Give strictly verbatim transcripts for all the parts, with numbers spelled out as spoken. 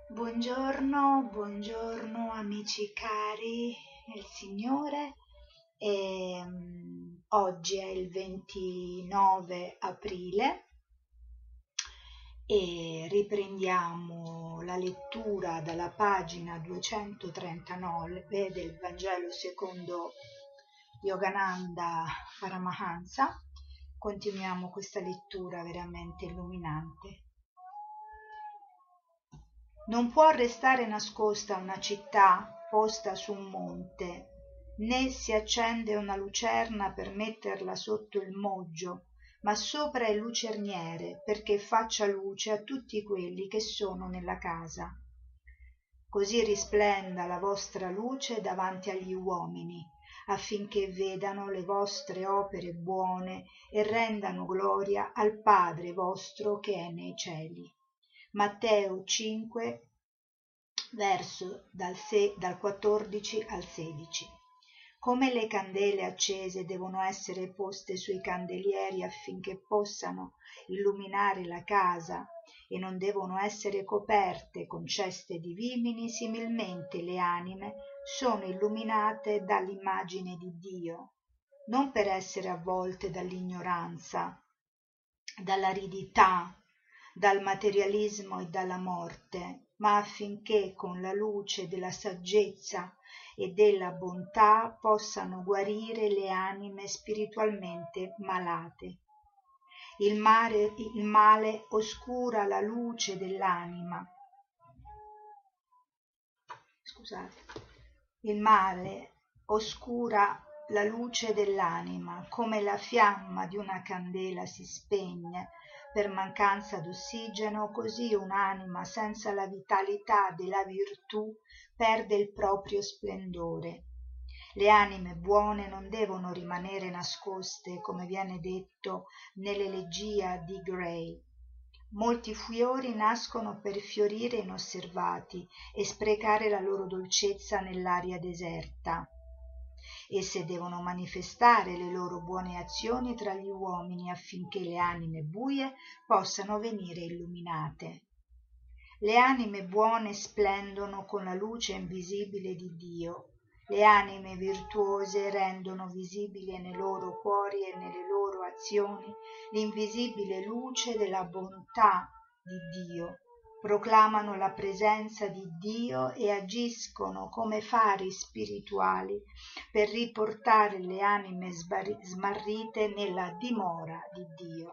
Buongiorno, buongiorno amici cari nel Signore. E, um, oggi è il ventinove aprile e riprendiamo la lettura dalla pagina duecentotrentanove del Vangelo secondo Yogananda Paramahansa. Continuiamo questa lettura veramente illuminante. Non può restare nascosta una città posta su un monte, né si accende una lucerna per metterla sotto il moggio, ma sopra il lucerniere, perché faccia luce a tutti quelli che sono nella casa. Così risplenda la vostra luce davanti agli uomini, affinché vedano le vostre opere buone e rendano gloria al Padre vostro che è nei cieli. Matteo cinque, verso dal, se, dal quattordici al sedici. Come le candele accese devono essere poste sui candelieri affinché possano illuminare la casa e non devono essere coperte con ceste di vimini, similmente le anime sono illuminate dall'immagine di Dio, non per essere avvolte dall'ignoranza, dall'aridità, dal materialismo e dalla morte, ma affinché con la luce della saggezza e della bontà possano guarire le anime spiritualmente malate. Il, mare, il male oscura la luce dell'anima. Scusate. Il male oscura la luce dell'anima, come la fiamma di una candela si spegne per mancanza d'ossigeno, così un'anima senza la vitalità della virtù perde il proprio splendore. Le anime buone non devono rimanere nascoste, come viene detto nell'elegia di Gray. Molti fiori nascono per fiorire inosservati e sprecare la loro dolcezza nell'aria deserta. Esse devono manifestare le loro buone azioni tra gli uomini affinché le anime buie possano venire illuminate. Le anime buone splendono con la luce invisibile di Dio. Le anime virtuose rendono visibile nei loro cuori e nelle loro azioni l'invisibile luce della bontà di Dio. Proclamano la presenza di Dio e agiscono come fari spirituali per riportare le anime smarrite nella dimora di Dio.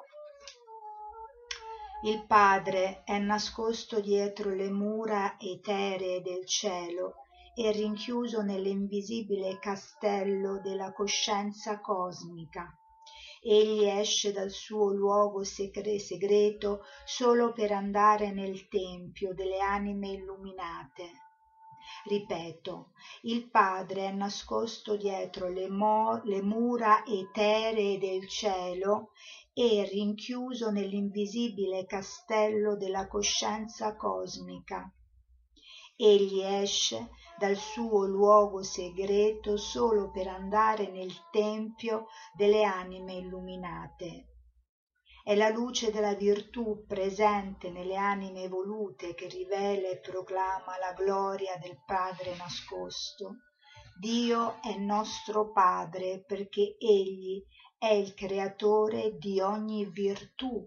Il Padre è nascosto dietro le mura eteree del cielo e rinchiuso nell'invisibile castello della coscienza cosmica. Egli esce dal suo luogo segreto solo per andare nel tempio delle anime illuminate. Ripeto, il Padre è nascosto dietro le, mo- le mura eteree del cielo e rinchiuso nell'invisibile castello della coscienza cosmica. Egli esce dal suo luogo segreto solo per andare nel tempio delle anime illuminate. È la luce della virtù presente nelle anime evolute che rivela e proclama la gloria del Padre nascosto. Dio è nostro Padre perché Egli è il creatore di ogni virtù.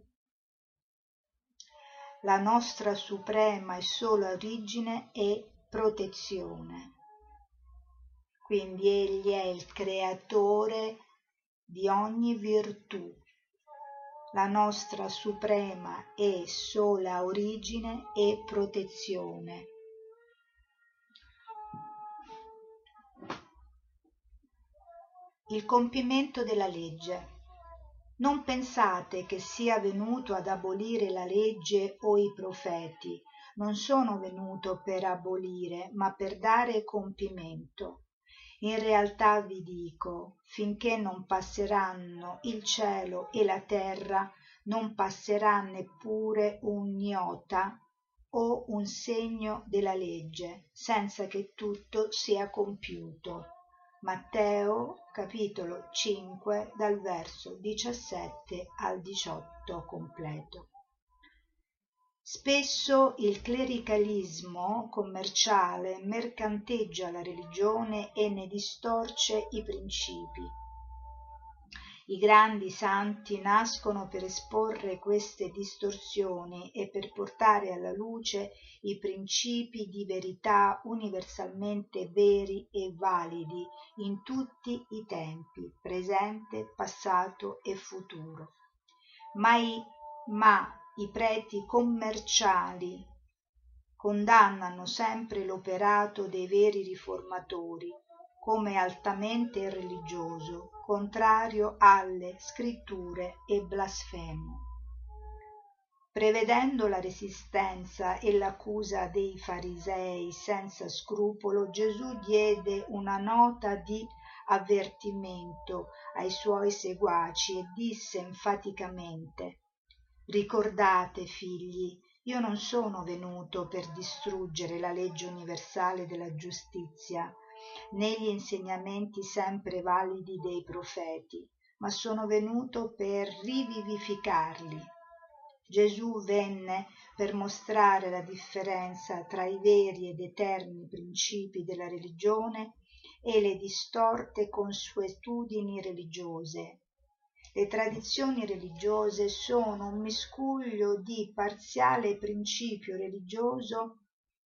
La nostra suprema e sola origine e protezione. Quindi Egli è il creatore di ogni virtù. La nostra suprema e sola origine e protezione. Il compimento della legge. Non pensate che sia venuto ad abolire la legge o i profeti. Non sono venuto per abolire, ma per dare compimento. In realtà vi dico, finché non passeranno il cielo e la terra, non passerà neppure un iota o un segno della legge, senza che tutto sia compiuto. Matteo capitolo cinque dal verso diciassette al diciotto completo. Spesso il clericalismo commerciale mercanteggia la religione e ne distorce i principi. I grandi santi nascono per esporre queste distorsioni e per portare alla luce i principi di verità universalmente veri e validi in tutti i tempi, presente, passato e futuro. Ma i, ma i preti commerciali condannano sempre l'operato dei veri riformatori come altamente irreligioso, contrario alle scritture e blasfemo. Prevedendo la resistenza e l'accusa dei farisei senza scrupolo, Gesù diede una nota di avvertimento ai suoi seguaci e disse enfaticamente: «Ricordate, figli, io non sono venuto per distruggere la legge universale della giustizia, né gli insegnamenti sempre validi dei profeti, ma sono venuto per rivivificarli». Gesù venne per mostrare la differenza tra i veri ed eterni principi della religione e le distorte consuetudini religiose. Le tradizioni religiose sono un miscuglio di parziale principio religioso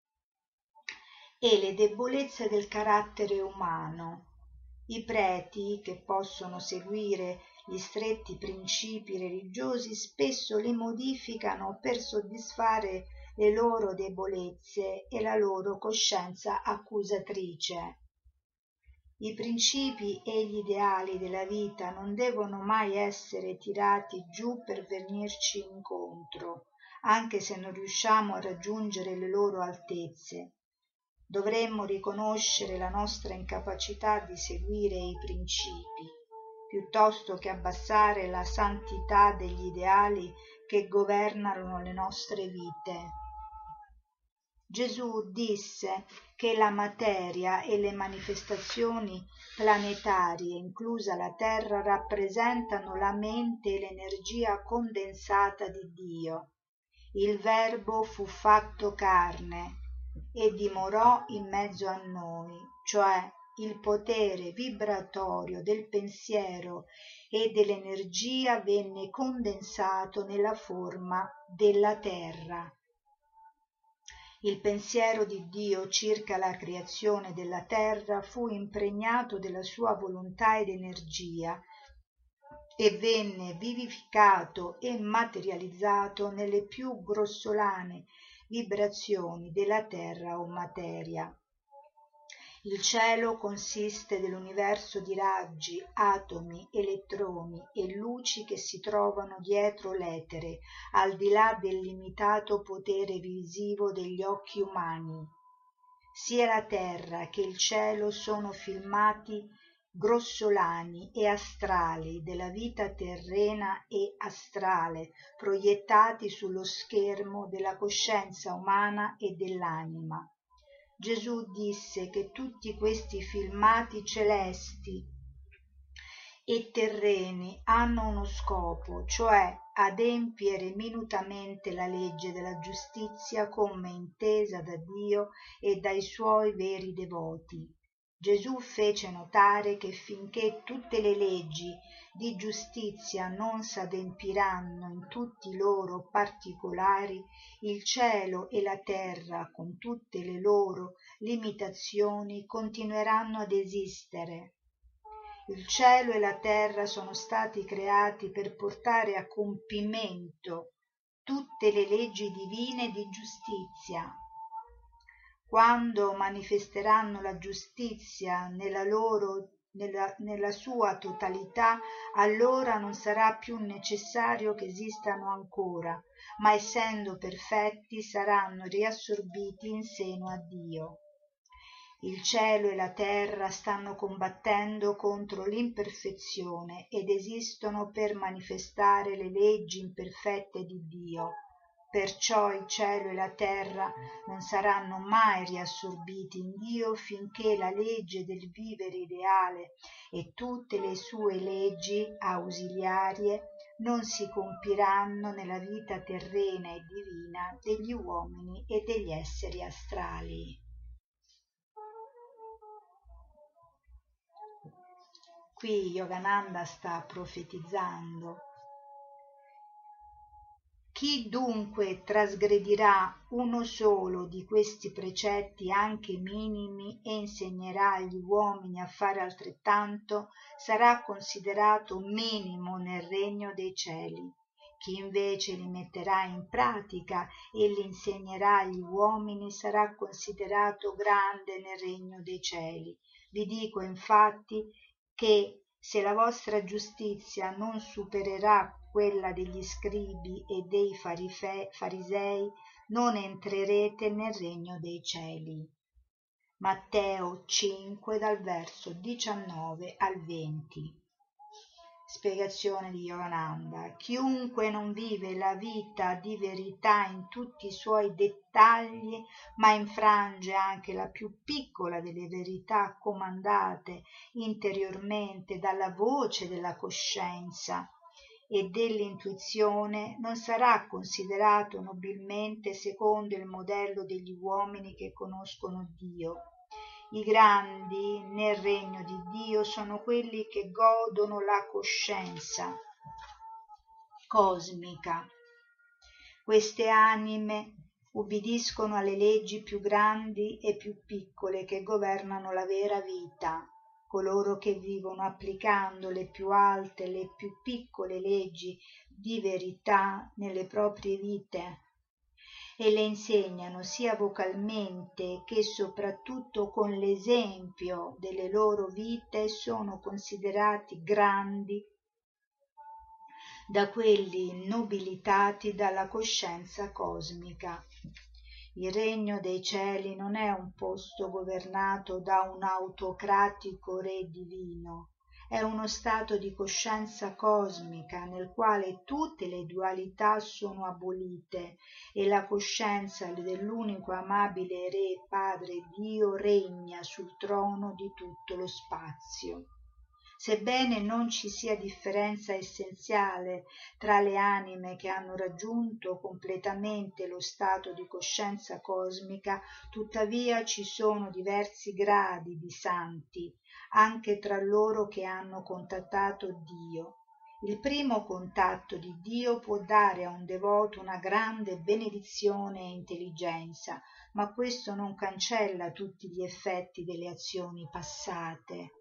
e le debolezze del carattere umano. I preti, che possono seguire gli stretti principi religiosi, spesso li modificano per soddisfare le loro debolezze e la loro coscienza accusatrice. I principi e gli ideali della vita non devono mai essere tirati giù per venirci incontro, anche se non riusciamo a raggiungere le loro altezze. Dovremmo riconoscere la nostra incapacità di seguire i principi, piuttosto che abbassare la santità degli ideali che governano le nostre vite. Gesù disse che la materia e le manifestazioni planetarie, inclusa la Terra, rappresentano la mente e l'energia condensata di Dio. Il Verbo fu fatto carne e dimorò in mezzo a noi, cioè il potere vibratorio del pensiero e dell'energia venne condensato nella forma della terra. Il pensiero di Dio circa la creazione della terra fu impregnato della sua volontà ed energia e venne vivificato e materializzato nelle più grossolane vibrazioni della terra o materia. Il cielo consiste dell'universo di raggi, atomi, elettroni e luci che si trovano dietro l'etere, al di là del limitato potere visivo degli occhi umani. Sia la terra che il cielo sono filmati grossolani e astrali della vita terrena e astrale, proiettati sullo schermo della coscienza umana e dell'anima. Gesù disse che tutti questi filmati celesti e terreni hanno uno scopo, cioè adempiere minutamente la legge della giustizia come intesa da Dio e dai suoi veri devoti. Gesù fece notare che finché tutte le leggi di giustizia non s'adempiranno in tutti i loro particolari, il cielo e la terra, con tutte le loro limitazioni, continueranno ad esistere. Il cielo e la terra sono stati creati per portare a compimento tutte le leggi divine di giustizia. Quando manifesteranno la giustizia nella loro Nella, nella sua totalità, allora non sarà più necessario che esistano ancora, ma essendo perfetti saranno riassorbiti in seno a Dio. Il cielo e la terra stanno combattendo contro l'imperfezione ed esistono per manifestare le leggi imperfette di Dio. Perciò il cielo e la terra non saranno mai riassorbiti in Dio finché la legge del vivere ideale e tutte le sue leggi ausiliarie non si compiranno nella vita terrena e divina degli uomini e degli esseri astrali. Qui Yogananda sta profetizzando. Chi dunque trasgredirà uno solo di questi precetti anche minimi e insegnerà agli uomini a fare altrettanto, sarà considerato minimo nel regno dei cieli. Chi invece li metterà in pratica e li insegnerà agli uomini sarà considerato grande nel regno dei cieli. Vi dico infatti che se la vostra giustizia non supererà quella degli scribi e dei farisei, non entrerete nel regno dei cieli. Matteo cinque dal verso diciannove al venti. Spiegazione di Yogananda. Chiunque non vive la vita di verità in tutti i suoi dettagli, ma infrange anche la più piccola delle verità comandate interiormente dalla voce della coscienza e dell'intuizione, non sarà considerato nobilmente secondo il modello degli uomini che conoscono Dio. I grandi nel regno di Dio sono quelli che godono la coscienza cosmica. Queste anime ubbidiscono alle leggi più grandi e più piccole che governano la vera vita. Coloro che vivono applicando le più alte e le più piccole leggi di verità nelle proprie vite e le insegnano sia vocalmente che soprattutto con l'esempio delle loro vite, sono considerati grandi da quelli nobilitati dalla coscienza cosmica. Il regno dei cieli non è un posto governato da un autocratico re divino, è uno stato di coscienza cosmica nel quale tutte le dualità sono abolite e la coscienza dell'unico amabile Re Padre Dio regna sul trono di tutto lo spazio. Sebbene non ci sia differenza essenziale tra le anime che hanno raggiunto completamente lo stato di coscienza cosmica, tuttavia ci sono diversi gradi di santi anche tra loro che hanno contattato Dio. Il primo contatto di Dio può dare a un devoto una grande benedizione e intelligenza, ma questo non cancella tutti gli effetti delle azioni passate.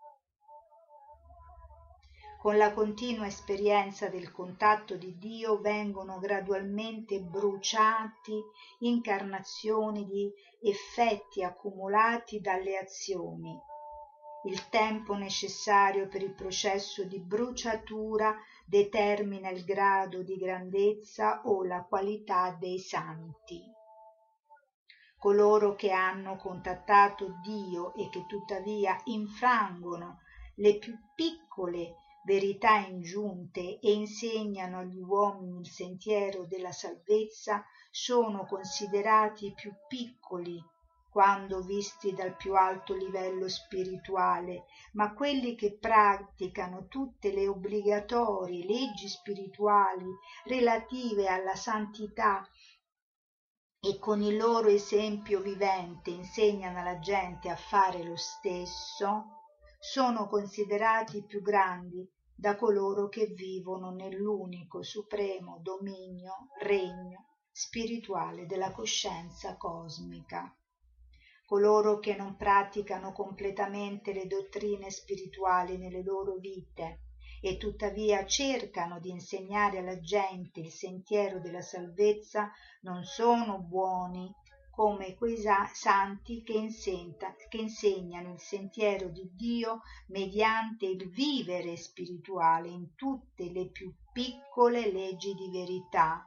Con la continua esperienza del contatto di Dio vengono gradualmente bruciati incarnazioni di effetti accumulati dalle azioni. Il tempo necessario per il processo di bruciatura determina il grado di grandezza o la qualità dei santi. Coloro che hanno contattato Dio e che tuttavia infrangono le più piccole verità ingiunte e insegnano agli uomini il sentiero della salvezza sono considerati più piccoli quando visti dal più alto livello spirituale, ma quelli che praticano tutte le obbligatorie leggi spirituali relative alla santità e con il loro esempio vivente insegnano alla gente a fare lo stesso, sono considerati più grandi da coloro che vivono nell'unico supremo dominio, regno spirituale della coscienza cosmica. Coloro che non praticano completamente le dottrine spirituali nelle loro vite e tuttavia cercano di insegnare alla gente il sentiero della salvezza non sono buoni come quei santi che, insenta, che insegnano il sentiero di Dio mediante il vivere spirituale in tutte le più piccole leggi di verità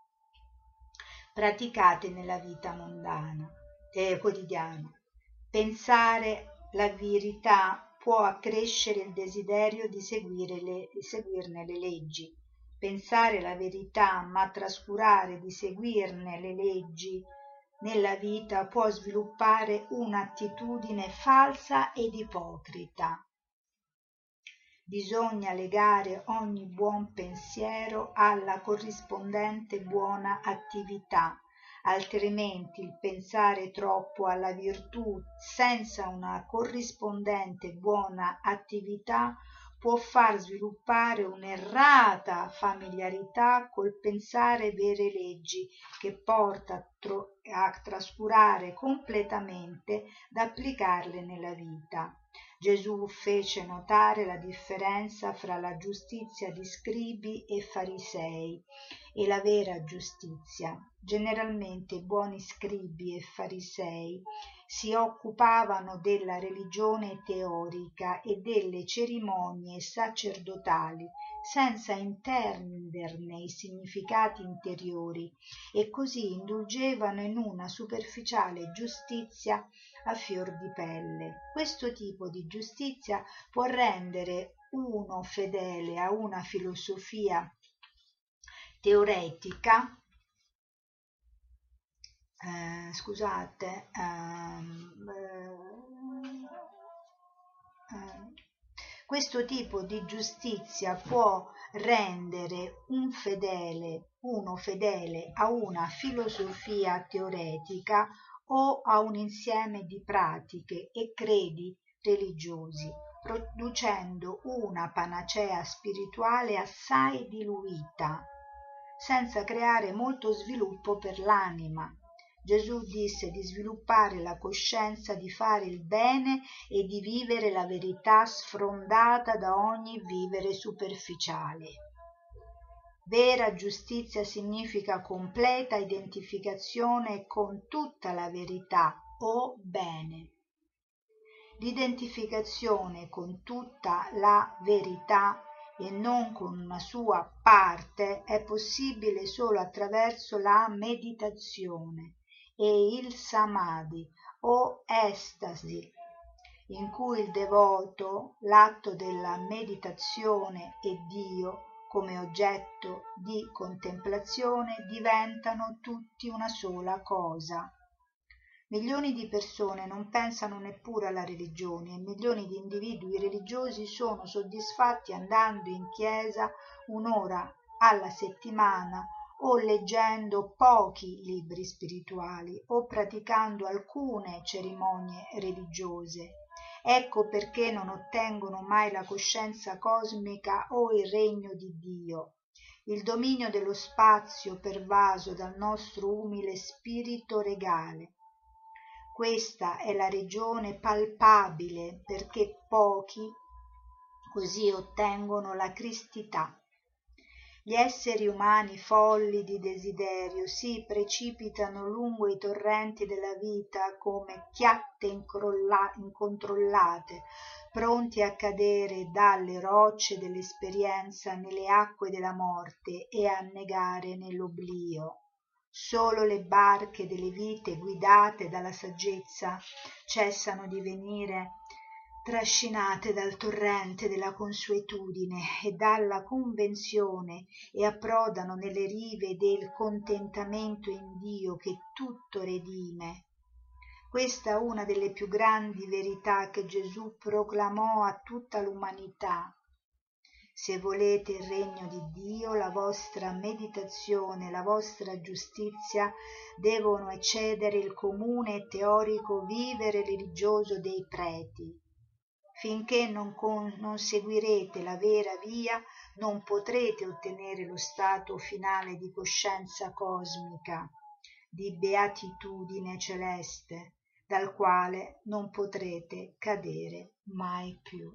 praticate nella vita mondana, eh, quotidiana. Pensare la verità può accrescere il desiderio di, seguire le, di seguirne le leggi. Pensare la verità ma trascurare di seguirne le leggi nella vita può sviluppare un'attitudine falsa ed ipocrita. Bisogna legare ogni buon pensiero alla corrispondente buona attività, altrimenti il pensare troppo alla virtù senza una corrispondente buona attività può far sviluppare un'errata familiarità col pensare vere leggi, che porta a, tro- a trascurare completamente d'applicarle nella vita. Gesù fece notare la differenza fra la giustizia di scribi e farisei e la vera giustizia. Generalmente i buoni scribi e farisei si occupavano della religione teorica e delle cerimonie sacerdotali senza intenderne i significati interiori e così indulgevano in una superficiale giustizia a fior di pelle. Questo tipo di giustizia può rendere uno fedele a una filosofia teoretica Eh, scusate, ehm, eh, eh, questo tipo di giustizia può rendere un fedele, uno fedele a una filosofia teoretica o a un insieme di pratiche e credi religiosi, producendo una panacea spirituale assai diluita, senza creare molto sviluppo per l'anima. Gesù disse di sviluppare la coscienza di fare il bene e di vivere la verità sfrondata da ogni vivere superficiale. Vera giustizia significa completa identificazione con tutta la verità o bene. L'identificazione con tutta la verità e non con una sua parte è possibile solo attraverso la meditazione e il samadhi o estasi, in cui il devoto, l'atto della meditazione e Dio come oggetto di contemplazione diventano tutti una sola cosa. Milioni di persone non pensano neppure alla religione e milioni di individui religiosi sono soddisfatti andando in chiesa un'ora alla settimana o leggendo pochi libri spirituali o praticando alcune cerimonie religiose. Ecco perché non ottengono mai la coscienza cosmica o il regno di Dio, il dominio dello spazio pervaso dal nostro umile spirito regale. Questa è la ragione palpabile perché pochi così ottengono la cristità. Gli esseri umani folli di desiderio si precipitano lungo i torrenti della vita come chiatte incontrollate, pronti a cadere dalle rocce dell'esperienza nelle acque della morte e a annegare nell'oblio. Solo le barche delle vite guidate dalla saggezza cessano di venire trascinate dal torrente della consuetudine e dalla convenzione e approdano nelle rive del contentamento in Dio che tutto redime. Questa è una delle più grandi verità che Gesù proclamò a tutta l'umanità. Se volete il regno di Dio, la vostra meditazione, la vostra giustizia devono eccedere il comune e teorico vivere religioso dei preti. Finché non, con, non seguirete la vera via, non potrete ottenere lo stato finale di coscienza cosmica, di beatitudine celeste, dal quale non potrete cadere mai più.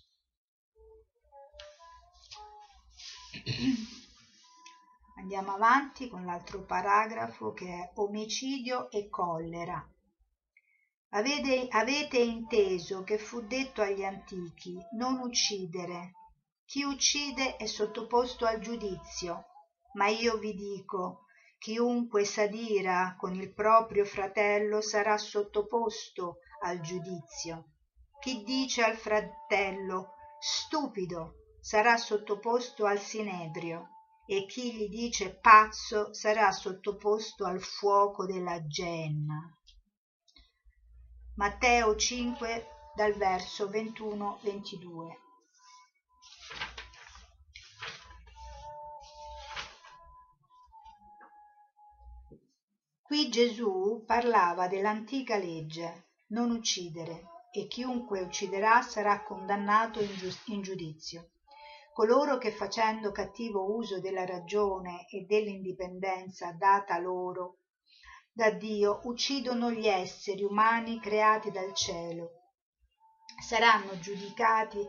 Andiamo avanti con l'altro paragrafo che è omicidio e collera. Avete, avete inteso che fu detto agli antichi non uccidere. Chi uccide è sottoposto al giudizio, ma io vi dico, chiunque s'adira con il proprio fratello sarà sottoposto al giudizio. Chi dice al fratello stupido sarà sottoposto al sinedrio e chi gli dice pazzo sarà sottoposto al fuoco della genna. Matteo cinque dal verso ventuno ventidue. Qui Gesù parlava dell'antica legge, non uccidere, e chiunque ucciderà sarà condannato in, giu- in giudizio. Coloro che facendo cattivo uso della ragione e dell'indipendenza data loro da Dio uccidono gli esseri umani creati dal cielo saranno giudicati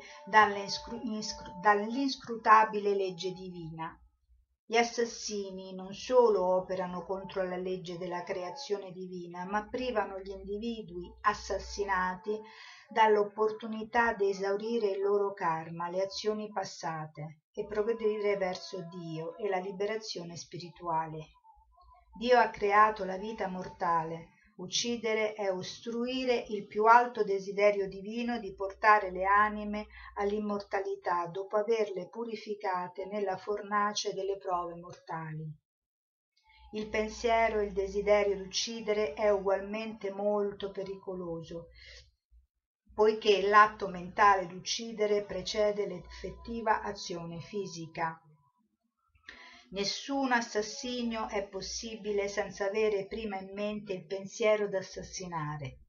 dall'inscrutabile legge divina. Gli assassini non solo operano contro la legge della creazione divina, ma privano gli individui assassinati dall'opportunità di esaurire il loro karma, le azioni passate, e progredire verso Dio e la liberazione spirituale. Dio ha creato la vita mortale. Uccidere è ostruire il più alto desiderio divino di portare le anime all'immortalità dopo averle purificate nella fornace delle prove mortali. Il pensiero e il desiderio di uccidere è ugualmente molto pericoloso, poiché l'atto mentale di uccidere precede l'effettiva azione fisica. Nessun assassinio è possibile senza avere prima in mente il pensiero d'assassinare.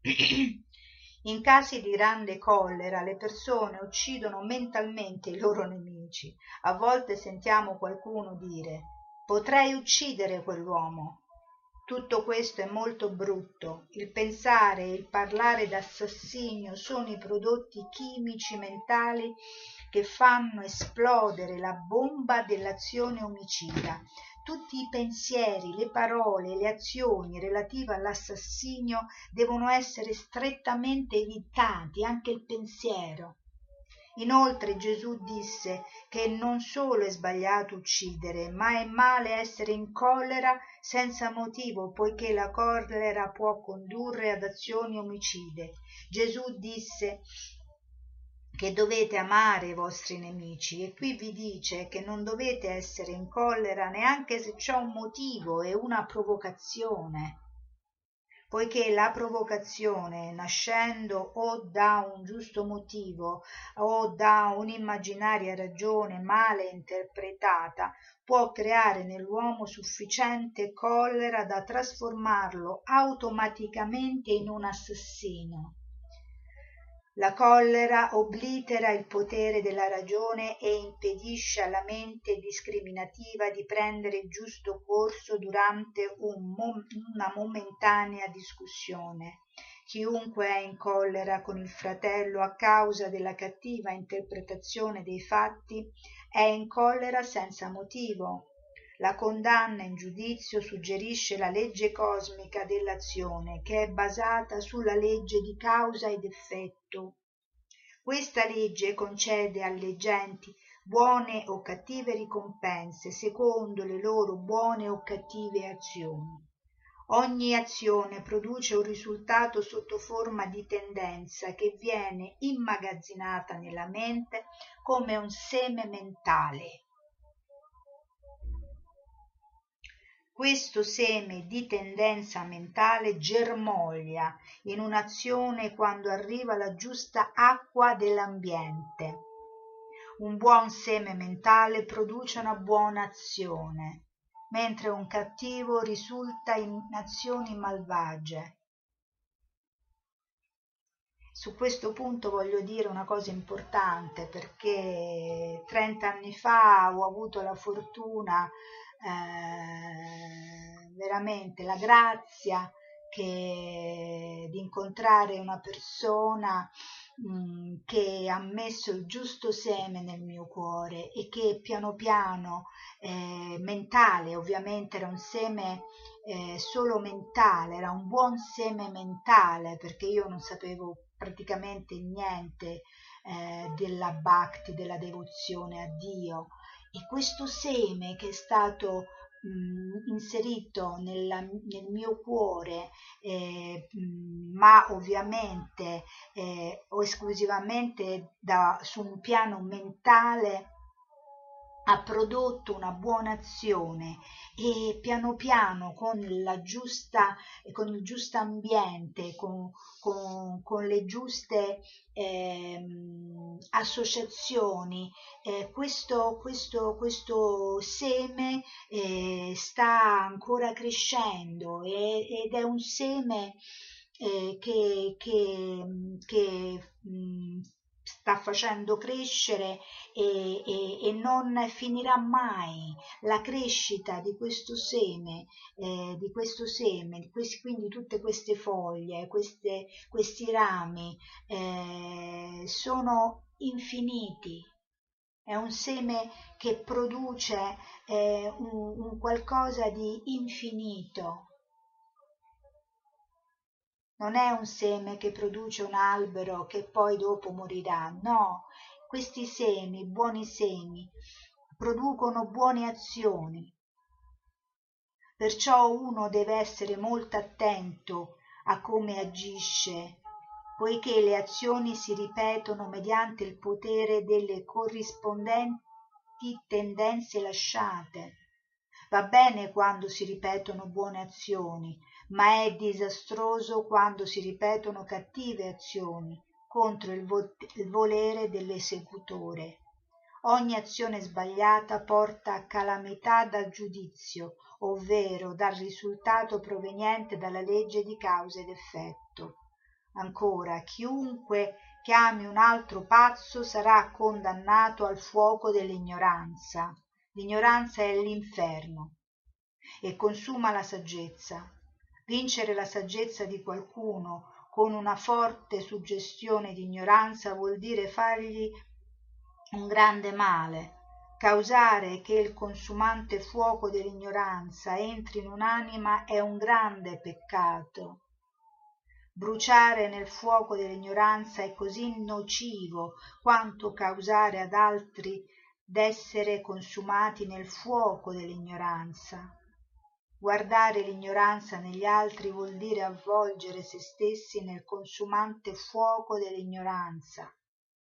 In casi di grande collera le persone uccidono mentalmente i loro nemici. A volte sentiamo qualcuno dire: «Potrei uccidere quell'uomo». Tutto questo è molto brutto. Il pensare e il parlare d'assassinio sono i prodotti chimici mentali che fanno esplodere la bomba dell'azione omicida. Tutti i pensieri, le parole e le azioni relative all'assassinio devono essere strettamente evitati, anche il pensiero. Inoltre Gesù disse che non solo è sbagliato uccidere, ma è male essere in collera senza motivo, poiché la collera può condurre ad azioni omicide. Gesù disse che dovete amare i vostri nemici, e qui vi dice che non dovete essere in collera neanche se c'è un motivo e una provocazione, poiché la provocazione, nascendo o da un giusto motivo o da un'immaginaria ragione male interpretata, può creare nell'uomo sufficiente collera da trasformarlo automaticamente in un assassino. La collera oblitera il potere della ragione e impedisce alla mente discriminativa di prendere il giusto corso durante un mom- una momentanea discussione. Chiunque è in collera con il fratello a causa della cattiva interpretazione dei fatti è in collera senza motivo. La condanna in giudizio suggerisce la legge cosmica dell'azione, che è basata sulla legge di causa ed effetto. Questa legge concede alle genti buone o cattive ricompense secondo le loro buone o cattive azioni. Ogni azione produce un risultato sotto forma di tendenza che viene immagazzinata nella mente come un seme mentale. Questo seme di tendenza mentale germoglia in un'azione quando arriva la giusta acqua dell'ambiente. Un buon seme mentale produce una buona azione, mentre un cattivo risulta in azioni malvagie. Su questo punto voglio dire una cosa importante, perché trenta anni fa ho avuto la fortuna, eh, veramente la grazia che, di incontrare una persona mh, che ha messo il giusto seme nel mio cuore e che piano piano, eh, mentale, ovviamente era un seme eh, solo mentale, era un buon seme mentale, perché io non sapevo praticamente niente eh, della bhakti, della devozione a Dio, e questo seme che è stato mh, inserito nella, nel mio cuore, eh, mh, ma ovviamente eh, o esclusivamente da, su un piano mentale, ha prodotto una buona azione e piano piano con la giusta, con il giusto ambiente, con, con, con le giuste eh, associazioni, eh, questo, questo, questo seme eh, sta ancora crescendo e, ed è un seme eh, che, che, che mh, sta facendo crescere e, e, e non finirà mai la crescita di questo seme, eh, di questo seme, di questi, quindi tutte queste foglie, queste, questi rami eh, sono infiniti. È un seme che produce eh, un, un qualcosa di infinito. Non è un seme che produce un albero che poi dopo morirà, no, questi semi, buoni semi, producono buone azioni. Perciò uno deve essere molto attento a come agisce, poiché le azioni si ripetono mediante il potere delle corrispondenti tendenze lasciate. Va bene quando si ripetono buone azioni, ma è disastroso quando si ripetono cattive azioni contro il, vo- il volere dell'esecutore. Ogni azione sbagliata porta a calamità dal giudizio, ovvero dal risultato proveniente dalla legge di causa ed effetto. Ancora, chiunque chiami un altro pazzo sarà condannato al fuoco dell'ignoranza. L'ignoranza è l'inferno e consuma la saggezza. Vincere la saggezza di qualcuno con una forte suggestione di ignoranza vuol dire fargli un grande male, causare che il consumante fuoco dell'ignoranza entri in un'anima è un grande peccato. Bruciare nel fuoco dell'ignoranza è così nocivo quanto causare ad altri d'essere consumati nel fuoco dell'ignoranza. Guardare l'ignoranza negli altri vuol dire avvolgere se stessi nel consumante fuoco dell'ignoranza.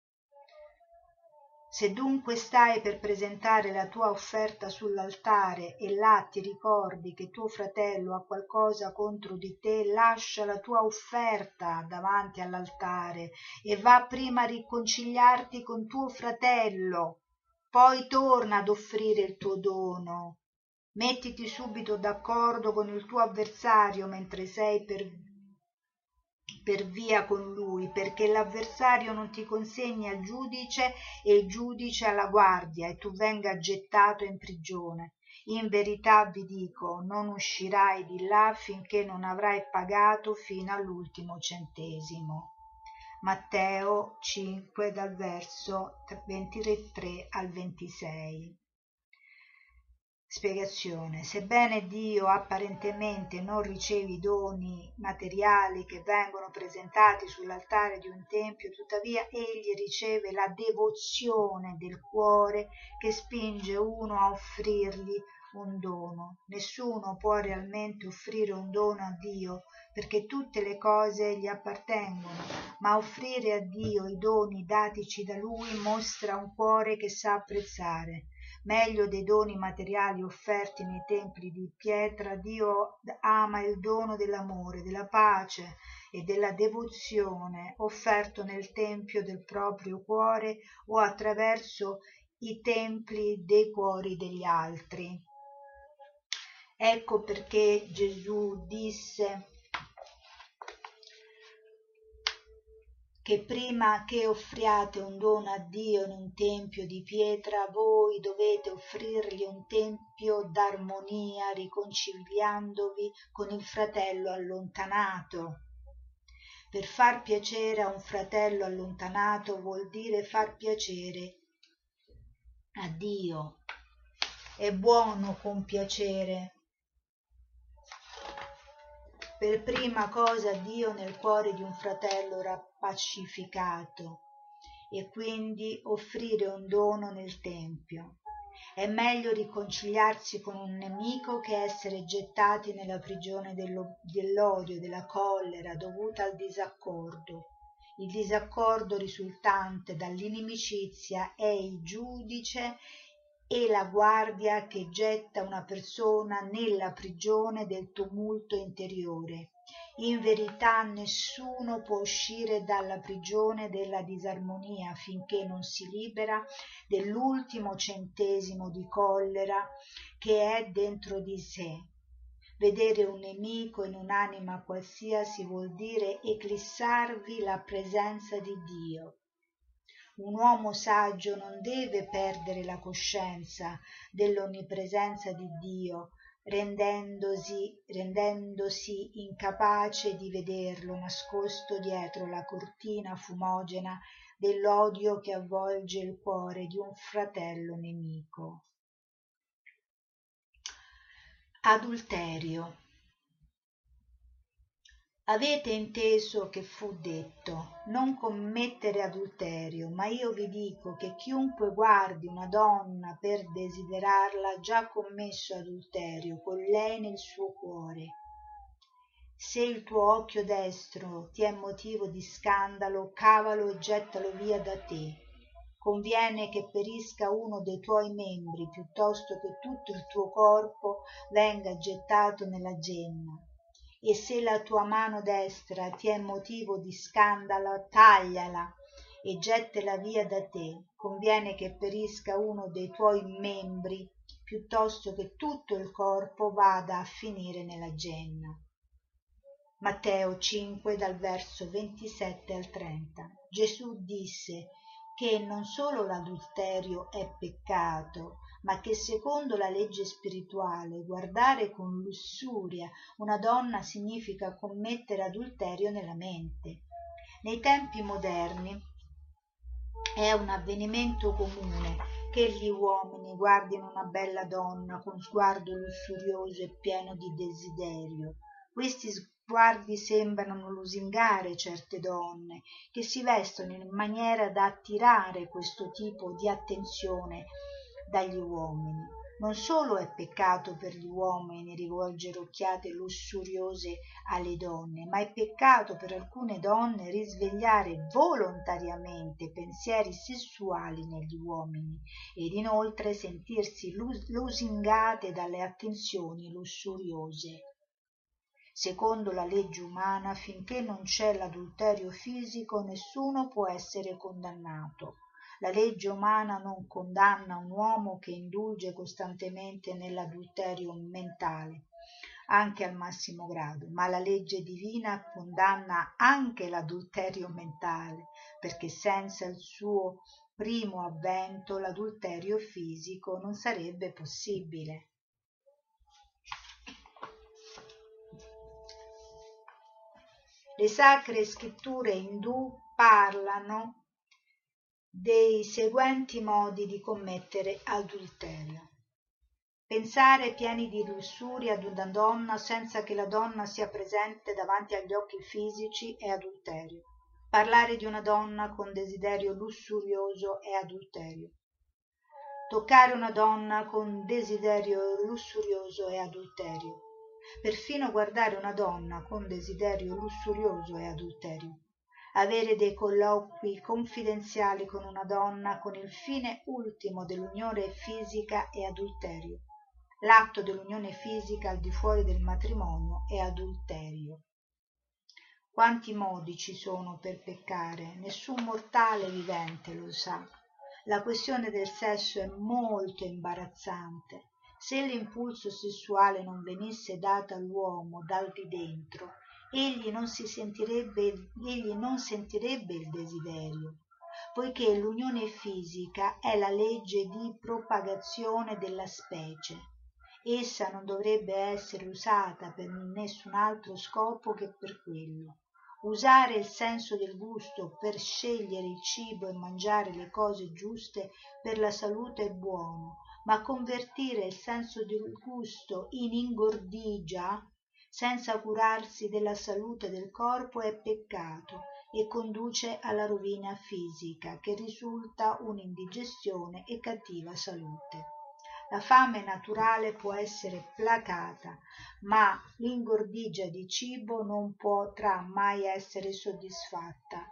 Se dunque stai per presentare la tua offerta sull'altare e là ti ricordi che tuo fratello ha qualcosa contro di te, lascia la tua offerta davanti all'altare e va prima a riconciliarti con tuo fratello, poi torna ad offrire il tuo dono. Mettiti subito d'accordo con il tuo avversario mentre sei per per via con lui, perché l'avversario non ti consegni al giudice e il giudice alla guardia e tu venga gettato in prigione. In verità vi dico, non uscirai di là finché non avrai pagato fino all'ultimo centesimo. Matteo cinque dal verso ventitré al ventisei. Spiegazione. Sebbene Dio apparentemente non ricevi i doni materiali che vengono presentati sull'altare di un tempio, tuttavia egli riceve la devozione del cuore che spinge uno a offrirgli un dono. Nessuno può realmente offrire un dono a Dio perché tutte le cose gli appartengono, ma offrire a Dio i doni datici da Lui mostra un cuore che sa apprezzare. Meglio dei doni materiali offerti nei templi di pietra, Dio ama il dono dell'amore, della pace e della devozione offerto nel tempio del proprio cuore o attraverso i templi dei cuori degli altri. Ecco perché Gesù disse che prima che offriate un dono a Dio in un tempio di pietra, voi dovete offrirgli un tempio d'armonia, riconciliandovi con il fratello allontanato. Per far piacere a un fratello allontanato vuol dire far piacere a Dio. È buono compiacere per prima cosa Dio nel cuore di un fratello rapacificato e quindi offrire un dono nel Tempio. È meglio riconciliarsi con un nemico che essere gettati nella prigione dello, dell'odio, della collera dovuta al disaccordo. Il disaccordo risultante dall'inimicizia è il giudice e la guardia che getta una persona nella prigione del tumulto interiore. In verità nessuno può uscire dalla prigione della disarmonia finché non si libera dell'ultimo centesimo di collera che è dentro di sé. Vedere un nemico in un'anima qualsiasi vuol dire eclissarvi la presenza di Dio. Un uomo saggio non deve perdere la coscienza dell'onnipresenza di Dio, rendendosi, rendendosi incapace di vederlo nascosto dietro la cortina fumogena dell'odio che avvolge il cuore di un fratello nemico. Adulterio. Avete inteso che fu detto: non commettere adulterio, ma io vi dico che chiunque guardi una donna per desiderarla ha già commesso adulterio con lei nel suo cuore. Se il tuo occhio destro ti è motivo di scandalo, cavalo e gettalo via da te. Conviene che perisca uno dei tuoi membri piuttosto che tutto il tuo corpo venga gettato nella genna. E se la tua mano destra ti è motivo di scandalo, tagliala e gettala via da te. Conviene che perisca uno dei tuoi membri piuttosto che tutto il corpo vada a finire nella genna. Matteo cinque dal verso ventisette al trenta. Gesù disse che non solo l'adulterio è peccato, ma che secondo la legge spirituale guardare con lussuria una donna significa commettere adulterio nella mente. Nei tempi moderni è un avvenimento comune che gli uomini guardino una bella donna con sguardo lussurioso e pieno di desiderio. Questi sguardi sembrano lusingare certe donne che si vestono in maniera da attirare questo tipo di attenzione dagli uomini. Non solo è peccato per gli uomini rivolgere occhiate lussuriose alle donne, ma è peccato per alcune donne risvegliare volontariamente pensieri sessuali negli uomini ed inoltre sentirsi lusingate dalle attenzioni lussuriose. Secondo la legge umana, finché non c'è l'adulterio fisico, nessuno può essere condannato. La legge umana non condanna un uomo che indulge costantemente nell'adulterio mentale, anche al massimo grado, ma la legge divina condanna anche l'adulterio mentale, perché senza il suo primo avvento l'adulterio fisico non sarebbe possibile. Le sacre scritture indù parlano dei seguenti modi di commettere adulterio. Pensare pieni di lussuria ad una donna senza che la donna sia presente davanti agli occhi fisici è adulterio. Parlare di una donna con desiderio lussurioso è adulterio. Toccare una donna con desiderio lussurioso è adulterio. Perfino guardare una donna con desiderio lussurioso è adulterio. Avere dei colloqui confidenziali con una donna con il fine ultimo dell'unione fisica è adulterio. L'atto dell'unione fisica al di fuori del matrimonio è adulterio. Quanti modi ci sono per peccare? Nessun mortale vivente lo sa. La questione del sesso è molto imbarazzante. Se l'impulso sessuale non venisse dato all'uomo dal di dentro, egli non si sentirebbe, egli non sentirebbe il desiderio, poiché l'unione fisica è la legge di propagazione della specie. Essa non dovrebbe essere usata per nessun altro scopo che per quello. Usare il senso del gusto per scegliere il cibo e mangiare le cose giuste per la salute è buono, ma convertire il senso del gusto in ingordigia senza curarsi della salute del corpo è peccato e conduce alla rovina fisica, che risulta un'indigestione e cattiva salute. La fame naturale può essere placata, ma l'ingordigia di cibo non potrà mai essere soddisfatta.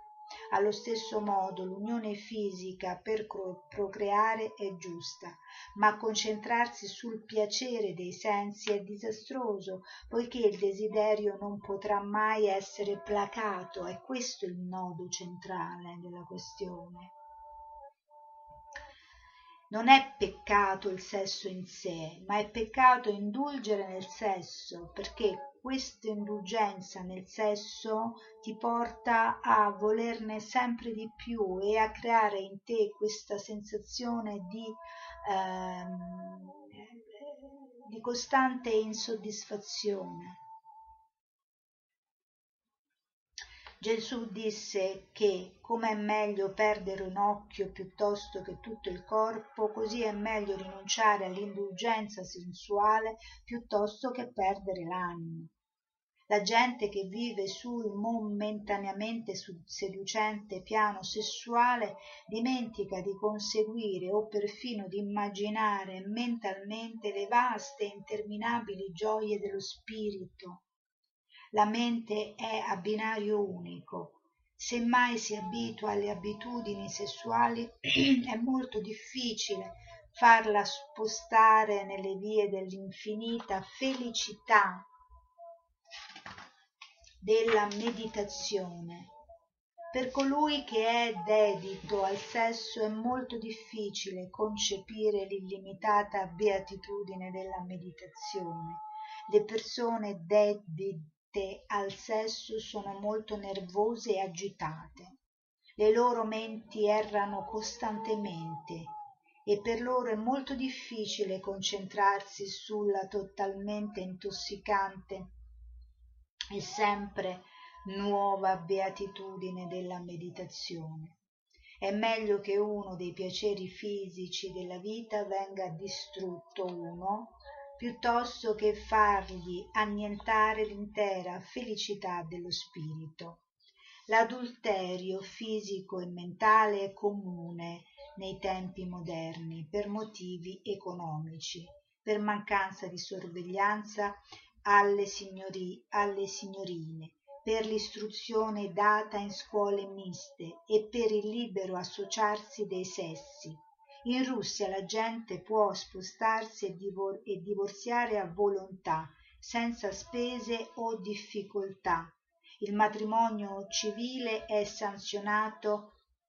Allo stesso modo l'unione fisica per procreare è giusta, ma concentrarsi sul piacere dei sensi è disastroso, poiché il desiderio non potrà mai essere placato. È questo il nodo centrale della questione. Non è peccato il sesso in sé, ma è peccato indulgere nel sesso, perché questa indulgenza nel sesso ti porta a volerne sempre di più e a creare in te questa sensazione di, ehm, di costante insoddisfazione. Gesù disse che come è meglio perdere un occhio piuttosto che tutto il corpo, così è meglio rinunciare all'indulgenza sensuale piuttosto che perdere l'anima. La gente che vive sul momentaneamente seducente piano sessuale dimentica di conseguire o perfino di immaginare mentalmente le vaste e interminabili gioie dello spirito. La mente è a binario unico. Se mai si abitua alle abitudini sessuali è molto difficile farla spostare nelle vie dell'infinita felicità della meditazione. Per colui che è dedito al sesso è molto difficile concepire l'illimitata beatitudine della meditazione. Le persone dedite al sesso sono molto nervose e agitate. Le loro menti errano costantemente e per loro è molto difficile concentrarsi sulla totalmente intossicante e sempre nuova beatitudine della meditazione. È meglio che uno dei piaceri fisici della vita venga distrutto uno piuttosto che fargli annientare l'intera felicità dello spirito. L'adulterio fisico e mentale è comune nei tempi moderni per motivi economici, per mancanza di sorveglianza alle, signori, alle signorine, per l'istruzione data in scuole miste e per il libero associarsi dei sessi. In Russia la gente può spostarsi e, divor- e divorziare a volontà, senza spese o difficoltà. Il matrimonio civile è sanzionato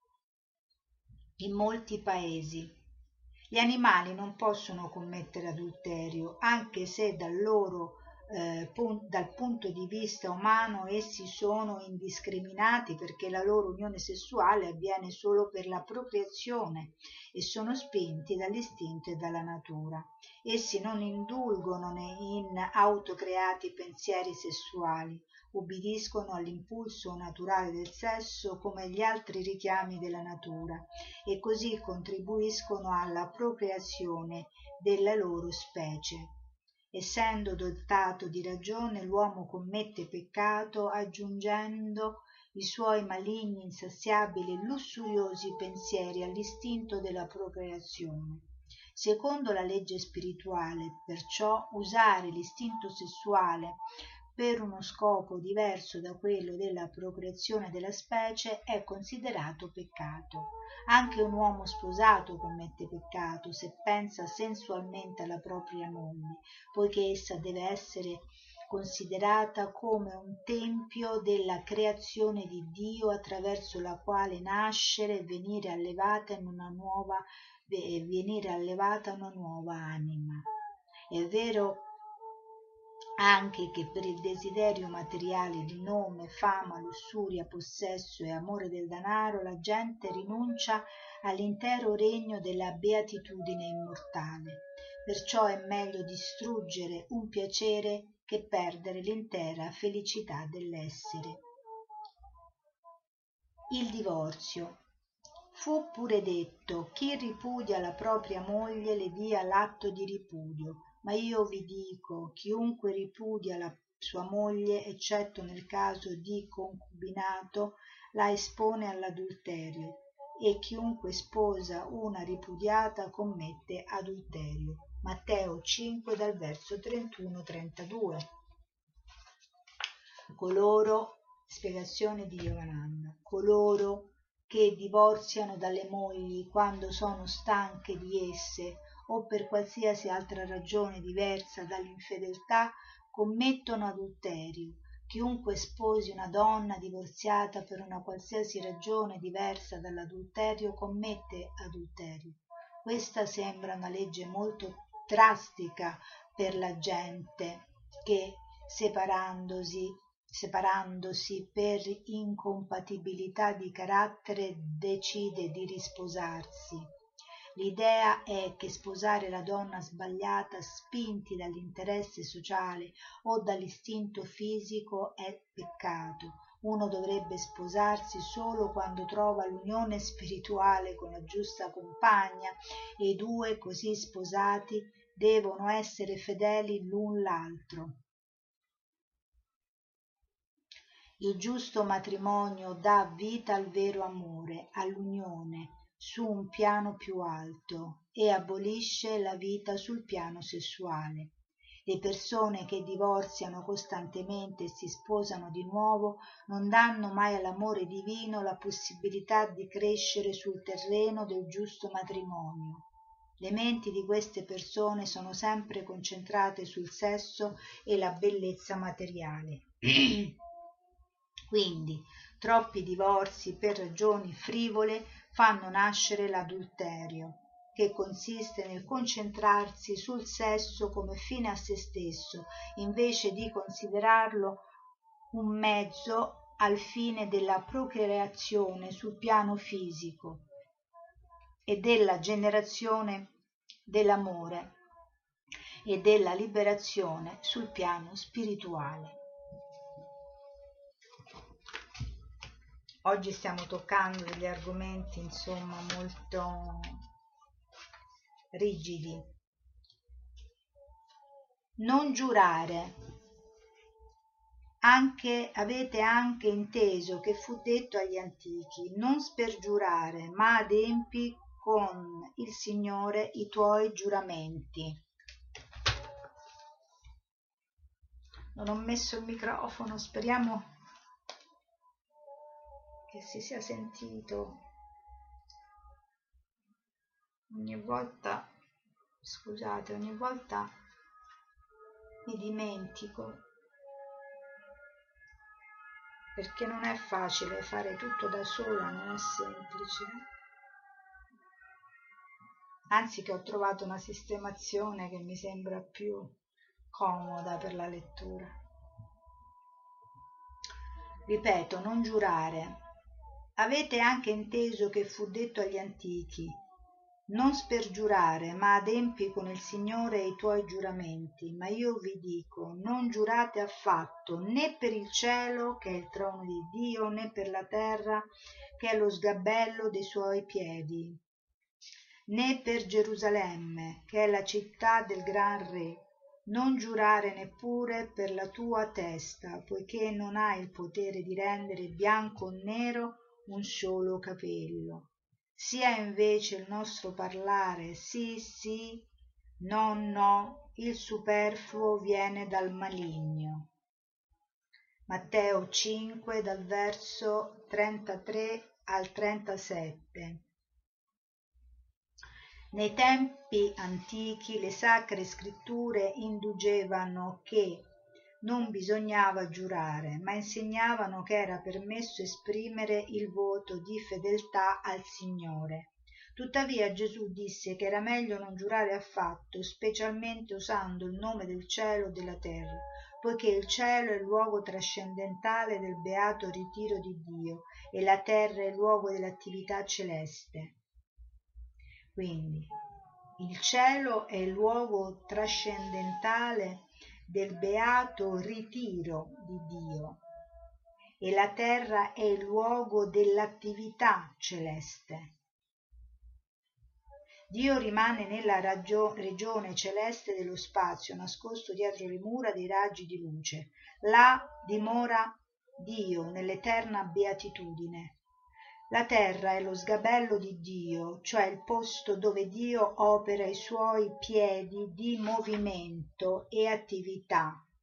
in molti paesi. Gli animali non possono commettere adulterio, anche se dal loro eh, pun- dal punto di vista umano essi sono indiscriminati, perché la loro unione sessuale avviene solo per la procreazione e sono spinti dall'istinto e dalla natura. Essi non indulgono in autocreati pensieri sessuali, ubbidiscono all'impulso naturale del sesso come gli altri richiami della natura e così contribuiscono alla procreazione della loro specie. Essendo dotato di ragione, l'uomo commette peccato aggiungendo i suoi maligni, insaziabili e lussuriosi pensieri all'istinto della procreazione. Secondo la legge spirituale, perciò, usare l'istinto sessuale per uno scopo diverso da quello della procreazione della specie è considerato peccato. Anche un uomo sposato commette peccato se pensa sensualmente alla propria moglie, poiché essa deve essere considerata come un tempio della creazione di Dio attraverso la quale nascere e venire allevata in una nuova venire allevata una nuova anima. È vero anche che per il desiderio materiale di nome, fama, lussuria, possesso e amore del denaro la gente rinuncia all'intero regno della beatitudine immortale. Perciò è meglio distruggere un piacere che perdere l'intera felicità dell'essere. Il divorzio. Fu pure detto: chi ripudia la propria moglie le dia l'atto di ripudio. Ma io vi dico, chiunque ripudia la sua moglie, eccetto nel caso di concubinato, la espone all'adulterio, e chiunque sposa una ripudiata commette adulterio. Matteo cinque dal verso trentuno trentadue. Coloro, spiegazione di Yogananda. coloro che divorziano dalle mogli quando sono stanche di esse o per qualsiasi altra ragione diversa dall'infedeltà commettono adulterio. Chiunque sposi una donna divorziata per una qualsiasi ragione diversa dall'adulterio commette adulterio. Questa sembra una legge molto drastica per la gente che, separandosi, separandosi per incompatibilità di carattere, decide di risposarsi. L'idea è che sposare la donna sbagliata, spinti dall'interesse sociale o dall'istinto fisico, è peccato. Uno dovrebbe sposarsi solo quando trova l'unione spirituale con la giusta compagna e i due così sposati devono essere fedeli l'un l'altro. Il giusto matrimonio dà vita al vero amore, all'unione su un piano più alto e abolisce la vita sul piano sessuale. Le persone che divorziano costantemente e si sposano di nuovo non danno mai all'amore divino la possibilità di crescere sul terreno del giusto matrimonio. Le menti di queste persone sono sempre concentrate sul sesso e la bellezza materiale. Quindi troppi divorzi per ragioni frivole fanno nascere l'adulterio, che consiste nel concentrarsi sul sesso come fine a se stesso, invece di considerarlo un mezzo al fine della procreazione sul piano fisico e della generazione dell'amore e della liberazione sul piano spirituale. Oggi stiamo toccando degli argomenti, insomma, molto rigidi. Non giurare. Anche, avete anche inteso che fu detto agli antichi: non spergiurare, ma adempi con il Signore i tuoi giuramenti. Non ho messo il microfono, speriamo che si sia sentito. Ogni volta, scusate, ogni volta mi dimentico, perché non è facile fare tutto da sola, non è semplice. Anzi, che ho trovato una sistemazione che mi sembra più comoda per la lettura. Ripeto, non giurare. Avete anche inteso che fu detto agli antichi: non spergiurare, ma adempi con il Signore i tuoi giuramenti. Ma io vi dico, non giurate affatto, né per il cielo, che è il trono di Dio, né per la terra, che è lo sgabello dei suoi piedi, né per Gerusalemme, che è la città del gran re. Non giurare neppure per la tua testa, poiché non hai il potere di rendere bianco o nero un solo capello. Sia invece il nostro parlare sì sì, no no, il superfluo viene dal maligno. Matteo cinque, dal verso trentatré al trentasette. Nei tempi antichi le sacre scritture inducevano che non bisognava giurare, ma insegnavano che era permesso esprimere il voto di fedeltà al Signore. Tuttavia Gesù disse che era meglio non giurare affatto, specialmente usando il nome del cielo o della terra, poiché il cielo è il luogo trascendentale del beato ritiro di Dio e la terra è il luogo dell'attività celeste. Quindi il cielo è il luogo trascendentale del beato ritiro di Dio e la terra è il luogo dell'attività celeste. Dio rimane nella ragio- regione celeste dello spazio, nascosto dietro le mura dei raggi di luce. Là dimora Dio nell'eterna beatitudine. La terra è lo sgabello di Dio, cioè il posto dove Dio opera i suoi piedi di movimento e attività.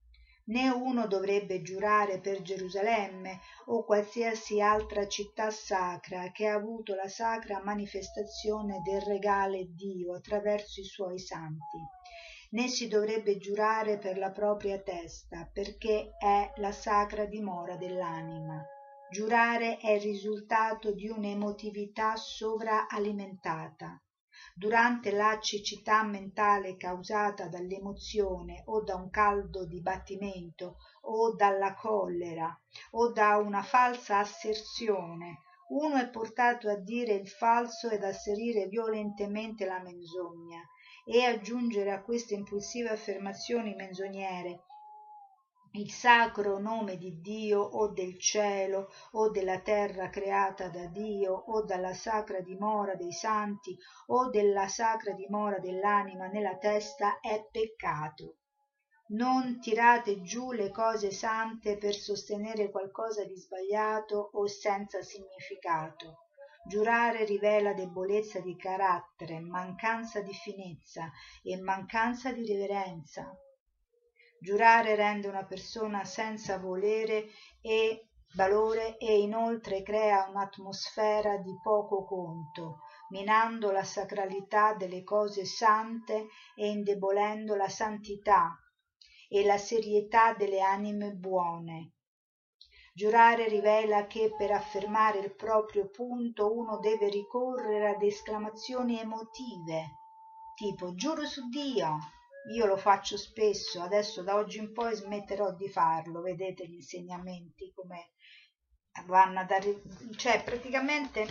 né uno dovrebbe giurare per Gerusalemme o qualsiasi altra città sacra che ha avuto la sacra manifestazione del regale Dio attraverso i suoi santi, né si dovrebbe giurare per la propria testa, perché è la sacra dimora dell'anima. Giurare è il risultato di un'emotività sovraalimentata. Durante la cecità mentale causata dall'emozione o da un caldo dibattimento o dalla collera o da una falsa asserzione, uno è portato a dire il falso ed asserire violentemente la menzogna e aggiungere a queste impulsive affermazioni menzognere il sacro nome di Dio o del cielo o della terra creata da Dio o dalla sacra dimora dei santi o della sacra dimora dell'anima nella testa è peccato. Non tirate giù le cose sante per sostenere qualcosa di sbagliato o senza significato. Giurare rivela debolezza di carattere, mancanza di finezza e mancanza di reverenza. Giurare rende una persona senza volere e valore e inoltre crea un'atmosfera di poco conto, minando la sacralità delle cose sante e indebolendo la santità e la serietà delle anime buone. Giurare rivela che per affermare il proprio punto uno deve ricorrere ad esclamazioni emotive, tipo giuro su Dio. Io lo faccio spesso, adesso da oggi in poi smetterò di farlo, vedete gli insegnamenti come vanno ad arrivare, cioè praticamente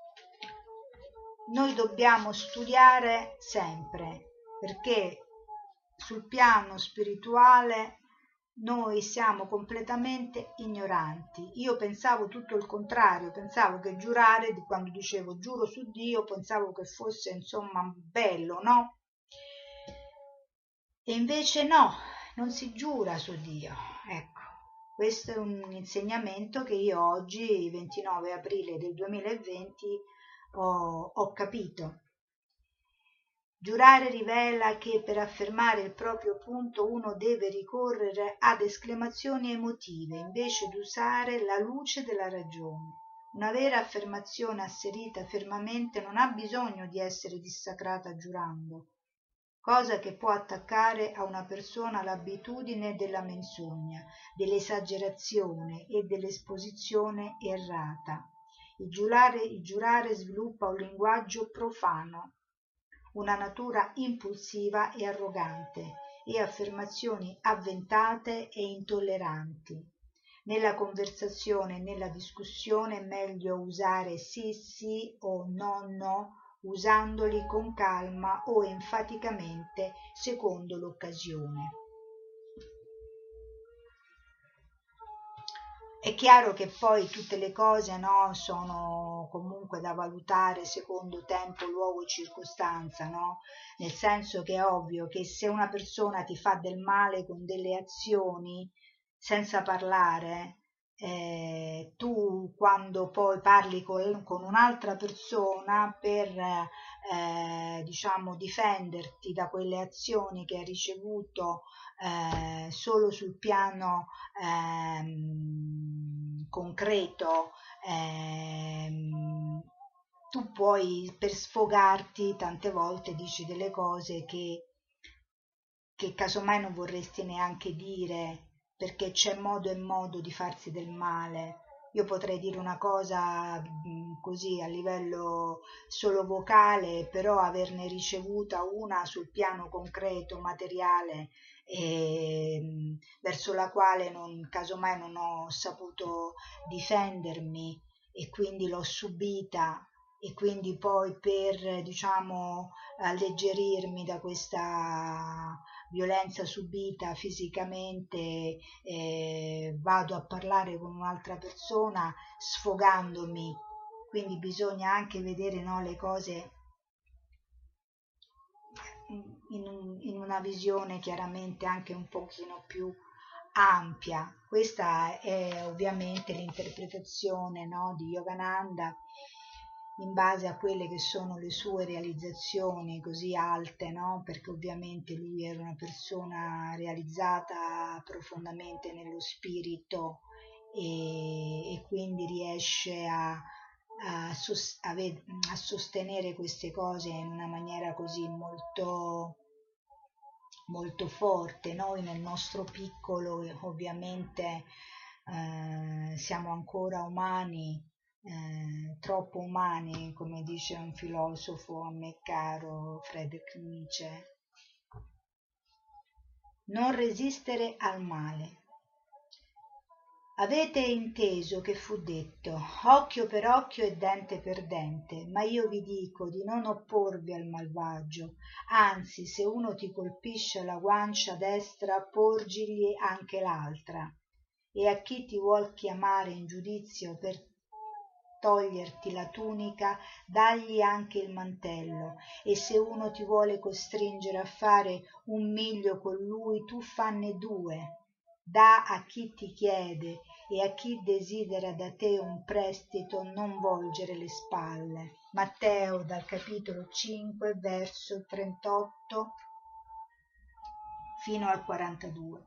noi dobbiamo studiare sempre, perché sul piano spirituale noi siamo completamente ignoranti. Io pensavo tutto il contrario, pensavo che giurare, quando dicevo giuro su Dio, pensavo che fosse insomma bello, no? E invece no, non si giura su Dio. Ecco, questo è un insegnamento che io oggi, ventinove aprile del duemilaventi, ho, ho capito. Giurare rivela che per affermare il proprio punto uno deve ricorrere ad esclamazioni emotive invece di usare la luce della ragione. Una vera affermazione asserita fermamente non ha bisogno di essere dissacrata giurando, cosa che può attaccare a una persona l'abitudine della menzogna, dell'esagerazione e dell'esposizione errata. Il giurare, il giurare sviluppa un linguaggio profano, una natura impulsiva e arrogante e affermazioni avventate e intolleranti. Nella conversazione e nella discussione è meglio usare sì sì o no no, usandoli con calma o enfaticamente secondo l'occasione. È chiaro che poi tutte le cose, no, sono comunque da valutare secondo tempo, luogo e circostanza, no? Nel senso che è ovvio che se una persona ti fa del male con delle azioni senza parlare, eh, tu quando poi parli con, con un'altra persona per eh, diciamo difenderti da quelle azioni che hai ricevuto eh, solo sul piano ehm, concreto, ehm, tu puoi per sfogarti tante volte dici delle cose che, che casomai non vorresti neanche dire, perché c'è modo e modo di farsi del male. Io potrei dire una cosa mh, così a livello solo vocale, però averne ricevuta una sul piano concreto, materiale, e, mh, verso la quale non, casomai non ho saputo difendermi e quindi l'ho subita e quindi poi per diciamo alleggerirmi da questa violenza subita fisicamente eh, vado a parlare con un'altra persona sfogandomi, quindi bisogna anche vedere, no, le cose in, un, in una visione chiaramente anche un pochino più ampia. Questa è ovviamente l'interpretazione, no, di Yogananda, in base a quelle che sono le sue realizzazioni così alte, no? Perché ovviamente lui era una persona realizzata profondamente nello spirito e, e quindi riesce a, a, sos- a, ve- a sostenere queste cose in una maniera così molto molto forte. Noi nel nostro piccolo ovviamente eh, siamo ancora umani, eh, troppo umani, come dice un filosofo a me caro, Friedrich Nietzsche. Non resistere al male. Avete inteso che fu detto occhio per occhio e dente per dente, ma io vi dico di non opporvi al malvagio, anzi se uno ti colpisce alla guancia destra porgigli anche l'altra, e a chi ti vuol chiamare in giudizio per toglierti la tunica dagli anche il mantello, e se uno ti vuole costringere a fare un miglio con lui tu fanne due. Dà a chi ti chiede e a chi desidera da te un prestito non volgere le spalle. Matteo dal capitolo cinque verso trentotto fino al quarantadue.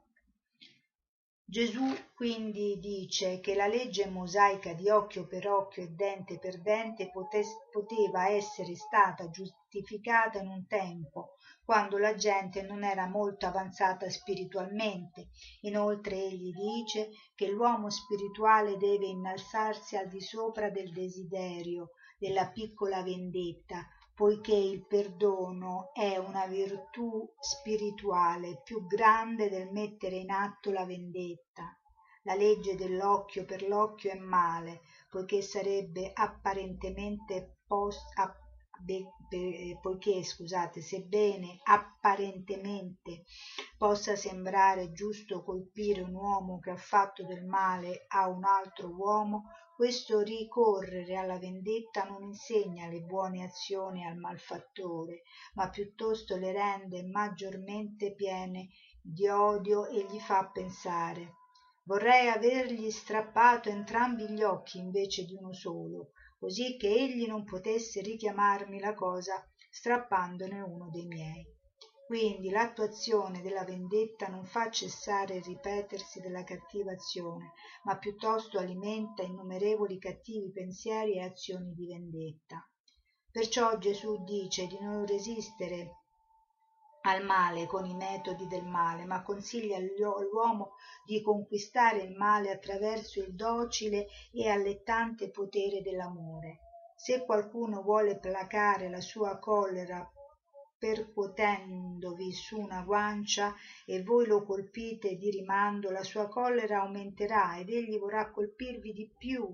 Gesù quindi dice che la legge mosaica di occhio per occhio e dente per dente poteva essere stata giustificata in un tempo quando la gente non era molto avanzata spiritualmente. Inoltre egli dice che l'uomo spirituale deve innalzarsi al di sopra del desiderio, della piccola vendetta, poiché il perdono è una virtù spirituale più grande del mettere in atto la vendetta. La legge dell'occhio per l'occhio è male, poiché sarebbe apparentemente posta Be, be, poiché scusate sebbene apparentemente possa sembrare giusto colpire un uomo che ha fatto del male a un altro uomo, questo ricorrere alla vendetta non insegna le buone azioni al malfattore, ma piuttosto le rende maggiormente piene di odio e gli fa pensare: vorrei avergli strappato entrambi gli occhi invece di uno solo, così che egli non potesse richiamarmi la cosa strappandone uno dei miei. Quindi l'attuazione della vendetta non fa cessare il ripetersi della cattiva azione, ma piuttosto alimenta innumerevoli cattivi pensieri e azioni di vendetta. Perciò Gesù dice di non resistere al male con i metodi del male, ma consiglia all'uomo di conquistare il male attraverso il docile e allettante potere dell'amore. Se qualcuno vuole placare la sua collera percuotendovi su una guancia e voi lo colpite di rimando, la sua collera aumenterà ed egli vorrà colpirvi di più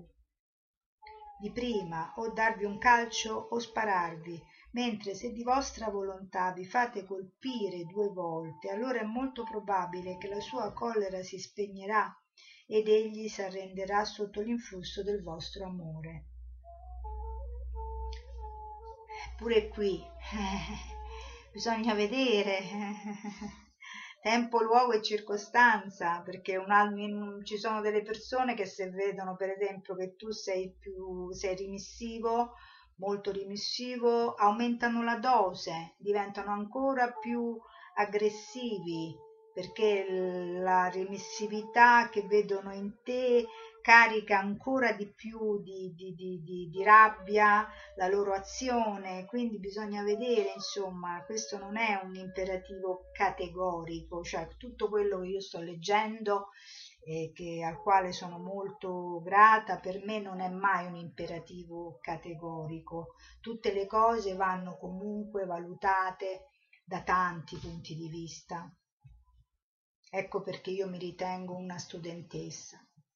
di prima, o darvi un calcio o spararvi, mentre se di vostra volontà vi fate colpire due volte, allora è molto probabile che la sua collera si spegnerà ed egli s'arrenderà sotto l'influsso del vostro amore. Pure qui eh, bisogna vedere tempo, luogo e circostanza, perché un, ci sono delle persone che se vedono per esempio che tu sei più sei rimissivo, molto rimissivo, aumentano la dose, diventano ancora più aggressivi, perché la remissività che vedono in te carica ancora di più di, di, di, di, di rabbia la loro azione. Quindi bisogna vedere, insomma, questo non è un imperativo categorico, cioè tutto quello che io sto leggendo e che, al quale sono molto grata, per me non è mai un imperativo categorico. Tutte le cose vanno comunque valutate da tanti punti di vista. Ecco perché io mi ritengo una studentessa.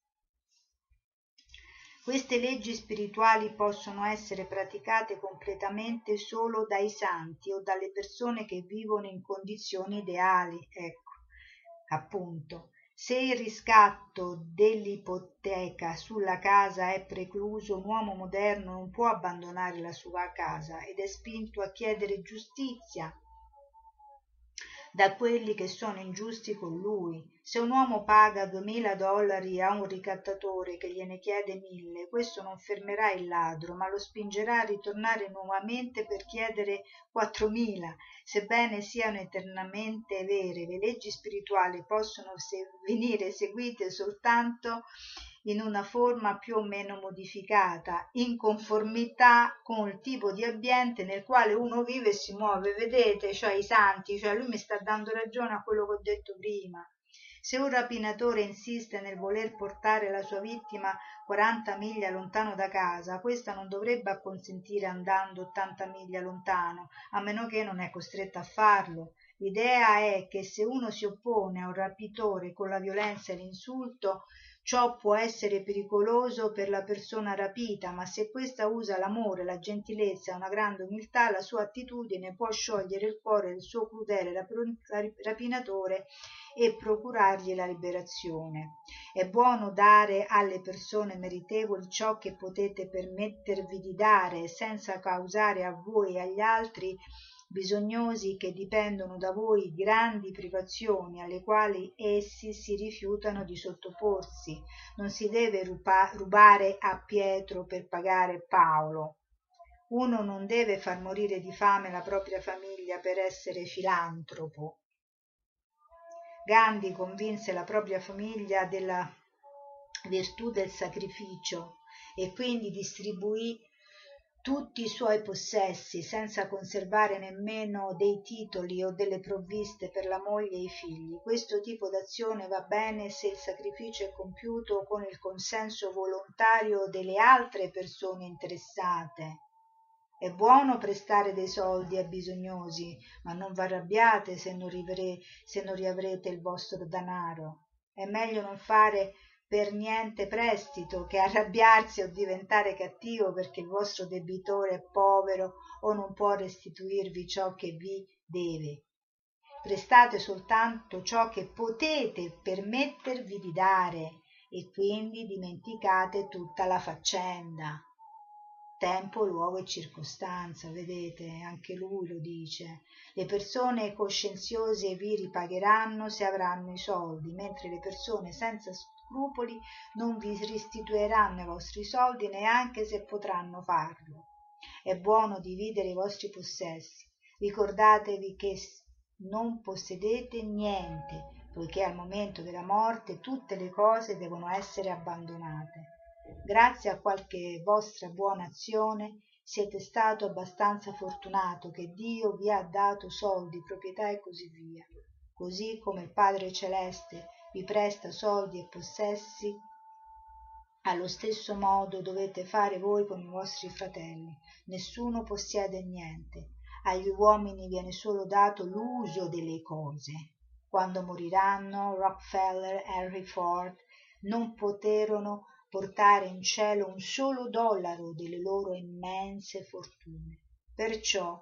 Queste leggi spirituali possono essere praticate completamente solo dai santi o dalle persone che vivono in condizioni ideali. Ecco, appunto, se il riscatto dell'ipoteca sulla casa è precluso, un uomo moderno non può abbandonare la sua casa ed è spinto a chiedere giustizia da quelli che sono ingiusti con lui. Se un uomo paga duemila dollari a un ricattatore che gliene chiede mille, questo non fermerà il ladro, ma lo spingerà a ritornare nuovamente per chiedere quattromila. Sebbene siano eternamente vere, le leggi spirituali possono se- venire seguite soltanto in una forma più o meno modificata, in conformità con il tipo di ambiente nel quale uno vive e si muove. Vedete, cioè i santi, cioè lui mi sta dando ragione a quello che ho detto prima. Se un rapinatore insiste nel voler portare la sua vittima quaranta miglia lontano da casa, questa non dovrebbe acconsentire andando ottanta miglia lontano, a meno che non è costretta a farlo. L'idea è che se uno si oppone a un rapitore con la violenza e l'insulto, ciò può essere pericoloso per la persona rapita, ma se questa usa l'amore, la gentilezza e una grande umiltà, la sua attitudine può sciogliere il cuore del suo crudele rapinatore e procurargli la liberazione. È buono dare alle persone meritevoli ciò che potete permettervi di dare, senza causare a voi e agli altri bisognosi che dipendono da voi grandi privazioni alle quali essi si rifiutano di sottoporsi. Non si deve rupa- rubare a Pietro per pagare Paolo. Uno non deve far morire di fame la propria famiglia per essere filantropo. Gandhi convinse la propria famiglia della virtù del sacrificio e quindi distribuì tutti i suoi possessi senza conservare nemmeno dei titoli o delle provviste per la moglie e i figli. Questo tipo d'azione va bene se il sacrificio è compiuto con il consenso volontario delle altre persone interessate. È buono prestare dei soldi ai bisognosi, ma non v'arrabbiate se non, rivre, se non riavrete il vostro denaro. È meglio non fare per niente prestito che arrabbiarsi o diventare cattivo perché il vostro debitore è povero o non può restituirvi ciò che vi deve. Prestate soltanto ciò che potete permettervi di dare e quindi dimenticate tutta la faccenda. Tempo, luogo e circostanza, vedete, anche lui lo dice. Le persone coscienziose vi ripagheranno se avranno i soldi, mentre le persone senza scrupoli non vi restituiranno i vostri soldi neanche se potranno farlo. È buono dividere i vostri possessi. Ricordatevi che non possedete niente, poiché al momento della morte tutte le cose devono essere abbandonate. Grazie a qualche vostra buona azione siete stato abbastanza fortunato che Dio vi ha dato soldi, proprietà e così via. Così come il Padre Celeste vi presta soldi e possessi, allo stesso modo dovete fare voi con i vostri fratelli. Nessuno possiede niente. Agli uomini viene solo dato l'uso delle cose. Quando moriranno, Rockefeller e Henry Ford non poterono portare in cielo un solo dollaro delle loro immense fortune. Perciò,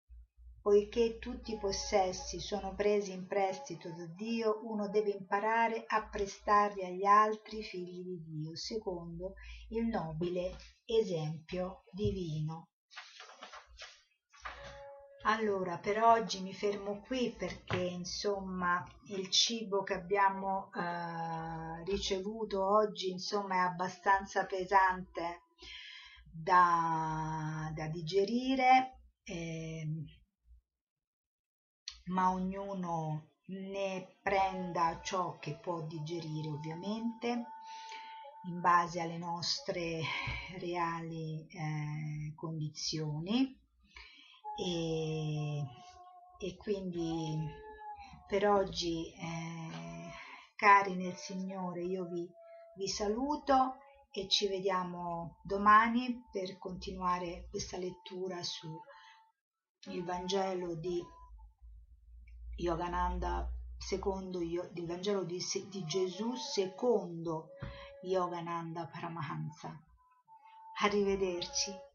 poiché tutti i possessi sono presi in prestito da Dio, uno deve imparare a prestarli agli altri figli di Dio, secondo il nobile esempio divino. Allora, per oggi mi fermo qui perché insomma il cibo che abbiamo eh, ricevuto oggi insomma è abbastanza pesante da, da digerire, eh, ma ognuno ne prenda ciò che può digerire ovviamente in base alle nostre reali eh, condizioni. E, e quindi per oggi eh, cari nel Signore io vi, vi saluto e ci vediamo domani per continuare questa lettura su il Vangelo di Yogananda secondo il Vangelo di, di Gesù secondo Yogananda Paramahansa. Arrivederci.